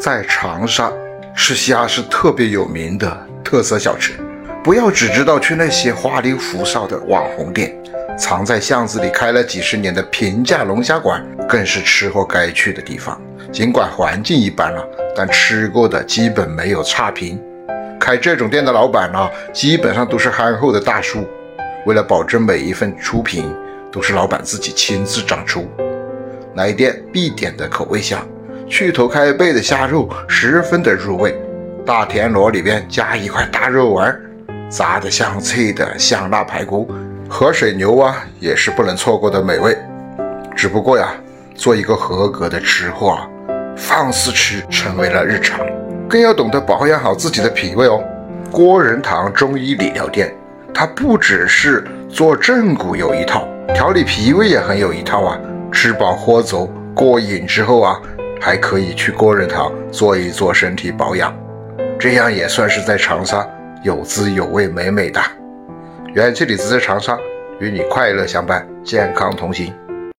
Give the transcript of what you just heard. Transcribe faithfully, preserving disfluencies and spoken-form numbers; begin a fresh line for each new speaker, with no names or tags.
在长沙吃虾是特别有名的特色小吃，不要只知道去那些花里胡哨的网红店，藏在巷子里开了几十年的平价龙虾馆更是吃货该去的地方。尽管环境一般了，但吃过的基本没有差评。开这种店的老板呢，基本上都是憨厚的大叔，为了保证每一份出品都是老板自己亲自掌厨。来店必点的口味虾，去头开背的虾肉十分的入味，大田螺里边加一块大肉丸，炸的香脆的香辣排骨，河水牛蛙也是不能错过的美味。只不过呀，做一个合格的吃货啊，放肆吃成为了日常，更要懂得保养好自己的脾胃哦。郭仁堂中医理疗店，它不只是做正骨有一套，调理脾胃也很有一套啊。吃饱喝足过瘾之后啊，还可以去郭仁堂做一做身体保养，这样也算是在长沙有滋有味美美的。元气李子在长沙，与你快乐相伴，健康同行。